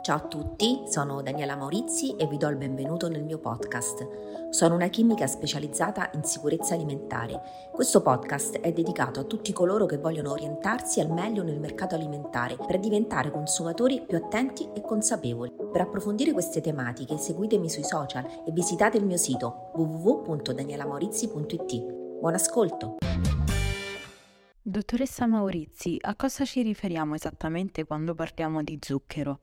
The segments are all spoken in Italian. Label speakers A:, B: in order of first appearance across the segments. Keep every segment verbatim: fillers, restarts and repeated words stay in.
A: Ciao a tutti, sono Daniela Maurizi e vi do il benvenuto nel mio podcast. Sono una chimica specializzata in sicurezza alimentare. Questo podcast è dedicato a tutti coloro che vogliono orientarsi al meglio nel mercato alimentare per diventare consumatori più attenti e consapevoli. Per approfondire queste tematiche seguitemi sui social e visitate il mio sito w w w punto daniela maurizzi punto i t. Buon ascolto!
B: Dottoressa Maurizi, a cosa ci riferiamo esattamente quando parliamo di zucchero?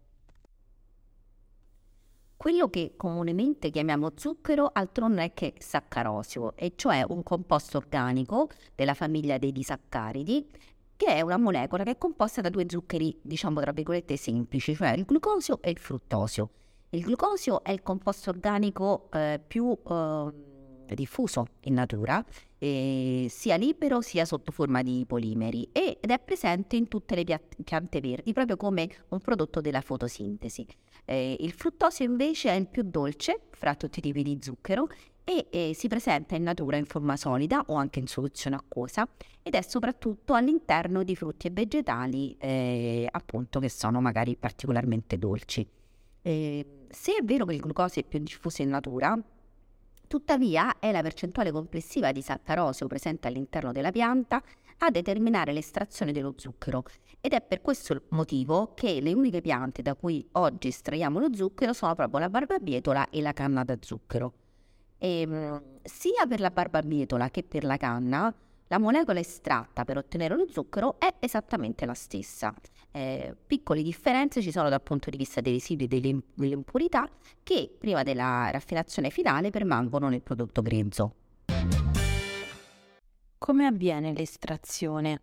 C: Quello che comunemente chiamiamo zucchero altro non è che saccarosio, e cioè un composto organico della famiglia dei disaccaridi, che è una molecola che è composta da due zuccheri, diciamo tra virgolette, semplici, cioè il glucosio e il fruttosio. Il glucosio è il composto organico eh, più eh, diffuso in natura, eh, sia libero sia sotto forma di polimeri, ed è presente in tutte le piante verdi, proprio come un prodotto della fotosintesi. Eh, il fruttosio invece è il più dolce fra tutti i tipi di zucchero e eh, si presenta in natura in forma solida o anche in soluzione acquosa, ed è soprattutto all'interno di frutti e vegetali eh, appunto che sono magari particolarmente dolci. Eh, se è vero che il glucosio è più diffuso in natura, tuttavia è la percentuale complessiva di saccarosio presente all'interno della pianta a determinare l'estrazione dello zucchero, ed è per questo motivo che le uniche piante da cui oggi estraiamo lo zucchero sono proprio la barbabietola e la canna da zucchero. E, sia per la barbabietola che per la canna la molecola estratta per ottenere lo zucchero è esattamente la stessa. Eh, piccole differenze ci sono dal punto di vista dei residui e delle, delle impurità che prima della raffinazione finale permangono nel prodotto grezzo.
B: Come avviene l'estrazione?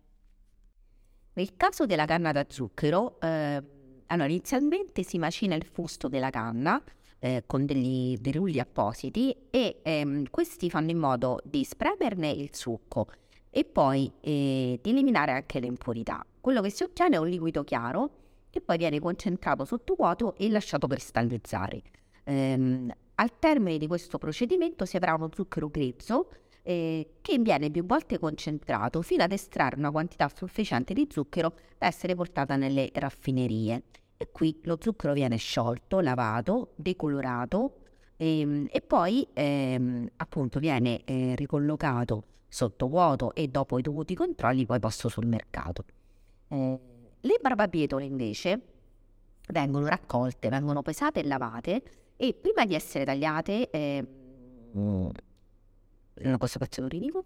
C: Nel caso della canna da zucchero, eh, allora inizialmente si macina il fusto della canna eh, con degli, dei rulli appositi e ehm, questi fanno in modo di spremerne il succo e poi eh, di eliminare anche le impurità. Quello che si ottiene è un liquido chiaro che poi viene concentrato sotto vuoto e lasciato cristallizzare. Ehm, al termine di questo procedimento si avrà uno zucchero grezzo eh, che viene più volte concentrato fino ad estrarre una quantità sufficiente di zucchero da essere portata nelle raffinerie. E qui lo zucchero viene sciolto, lavato, decolorato ehm, e poi ehm, appunto viene eh, ricollocato sotto vuoto e dopo i dovuti controlli poi posto sul mercato. Eh, le barbabietole invece vengono raccolte, vengono pesate e lavate e prima di essere tagliate eh, mm. questo pezzo d'orinico.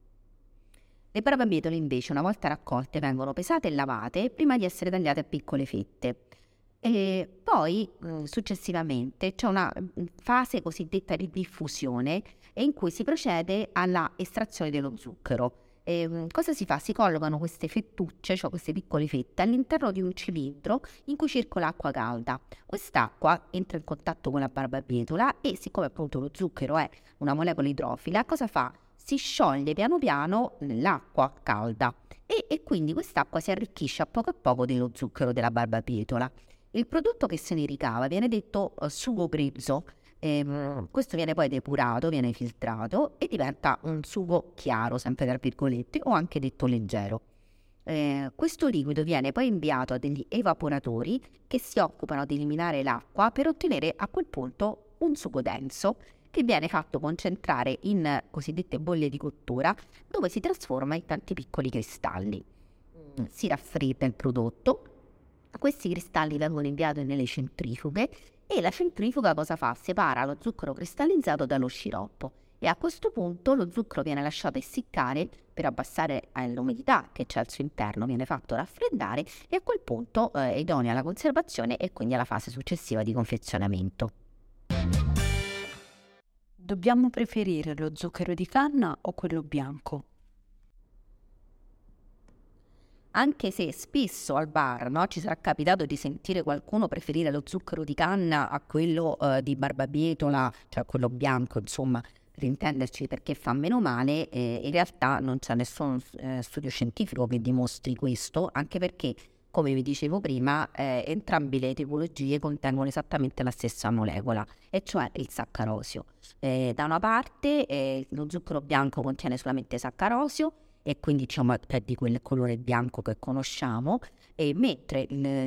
C: Le barbabietole invece una volta raccolte vengono pesate e lavate prima di essere tagliate a piccole fette. E poi mh, successivamente c'è una mh, fase cosiddetta di diffusione in cui si procede alla estrazione dello zucchero. E, mh, cosa si fa? Si collocano queste fettucce, cioè queste piccole fette, all'interno di un cilindro in cui circola acqua calda. Quest'acqua entra in contatto con la barbabietola e, siccome appunto lo zucchero è una molecola idrofila, cosa fa? Si scioglie piano piano nell'acqua calda e, e quindi quest'acqua si arricchisce a poco a poco dello zucchero della barbabietola. Il prodotto che se ne ricava viene detto uh, sugo grezzo, ehm, questo viene poi depurato, viene filtrato e diventa un sugo chiaro, sempre tra virgolette, o anche detto leggero. Eh, questo liquido viene poi inviato a degli evaporatori che si occupano di eliminare l'acqua per ottenere a quel punto un sugo denso che viene fatto concentrare in cosiddette bolle di cottura dove si trasforma in tanti piccoli cristalli. Si raffredda il prodotto. Questi cristalli vengono inviati nelle centrifughe e la centrifuga cosa fa? Separa lo zucchero cristallizzato dallo sciroppo e a questo punto lo zucchero viene lasciato essiccare per abbassare l'umidità che c'è al suo interno, viene fatto raffreddare e a quel punto eh, è idonea alla conservazione e quindi alla fase successiva di confezionamento.
B: Dobbiamo preferire lo zucchero di canna o quello bianco?
C: Anche se spesso al bar, no, ci sarà capitato di sentire qualcuno preferire lo zucchero di canna a quello eh, di barbabietola, cioè quello bianco, insomma, per intenderci, perché fa meno male, eh, in realtà non c'è nessun eh, studio scientifico che dimostri questo, anche perché, come vi dicevo prima, eh, entrambe le tipologie contengono esattamente la stessa molecola, e cioè il saccarosio. Eh, da una parte eh, lo zucchero bianco contiene solamente saccarosio, e quindi diciamo è di quel colore bianco che conosciamo, e mentre il,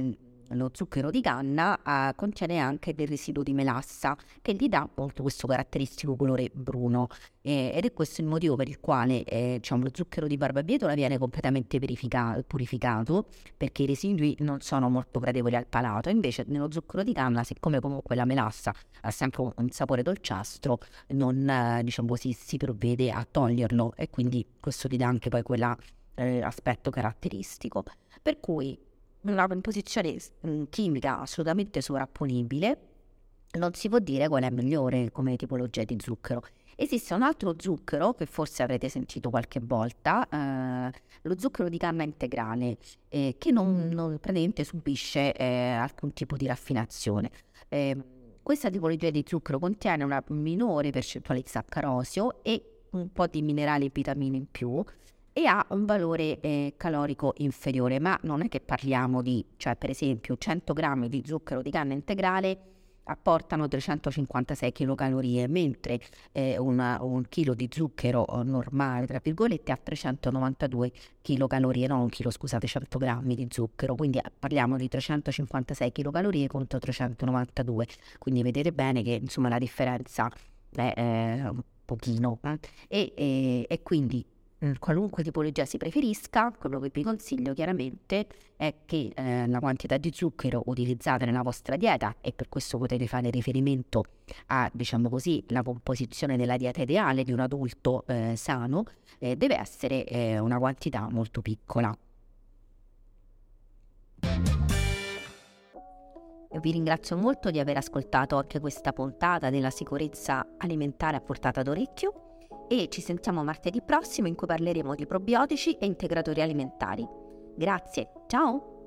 C: lo zucchero di canna eh, contiene anche del residuo di melassa che gli dà appunto questo caratteristico colore bruno, eh, ed è questo il motivo per il quale eh, diciamo, lo zucchero di barbabietola viene completamente verifica- purificato, perché i residui non sono molto gradevoli al palato. Invece nello zucchero di canna, siccome comunque la melassa ha sempre un, un sapore dolciastro, non eh, diciamo così, si provvede a toglierlo, e quindi questo ti dà anche poi quell'aspetto caratteristico. Per cui una composizione mm, chimica assolutamente sovrapponibile, non si può dire qual è migliore come tipologia di zucchero. Esiste un altro zucchero che forse avrete sentito qualche volta, eh, lo zucchero di canna integrale, eh, che non, non praticamente subisce eh, alcun tipo di raffinazione. Eh, questa tipologia di zucchero contiene una minore percentuale di saccarosio e un po' di minerali e vitamine in più, e ha un valore eh, calorico inferiore, ma non è che parliamo di, cioè per esempio cento grammi di zucchero di canna integrale apportano trecentocinquantasei chilocalorie, mentre eh, una, un chilo di zucchero normale, tra virgolette, ha trecentonovantadue chilocalorie, no un chilo, scusate, cento grammi di zucchero, quindi parliamo di trecentocinquantasei chilocalorie contro trecentonovantadue, quindi vedete bene che insomma la differenza è eh, un pochino, eh? e, e, e quindi qualunque tipologia si preferisca, quello che vi consiglio chiaramente è che eh, la quantità di zucchero utilizzata nella vostra dieta, e per questo potete fare riferimento a, diciamo così, la composizione della dieta ideale di un adulto eh, sano, eh, deve essere eh, una quantità molto piccola. Vi ringrazio molto di aver ascoltato anche questa puntata della sicurezza alimentare a portata d'orecchio, e ci sentiamo martedì prossimo in cui parleremo di probiotici e integratori alimentari. Grazie, ciao!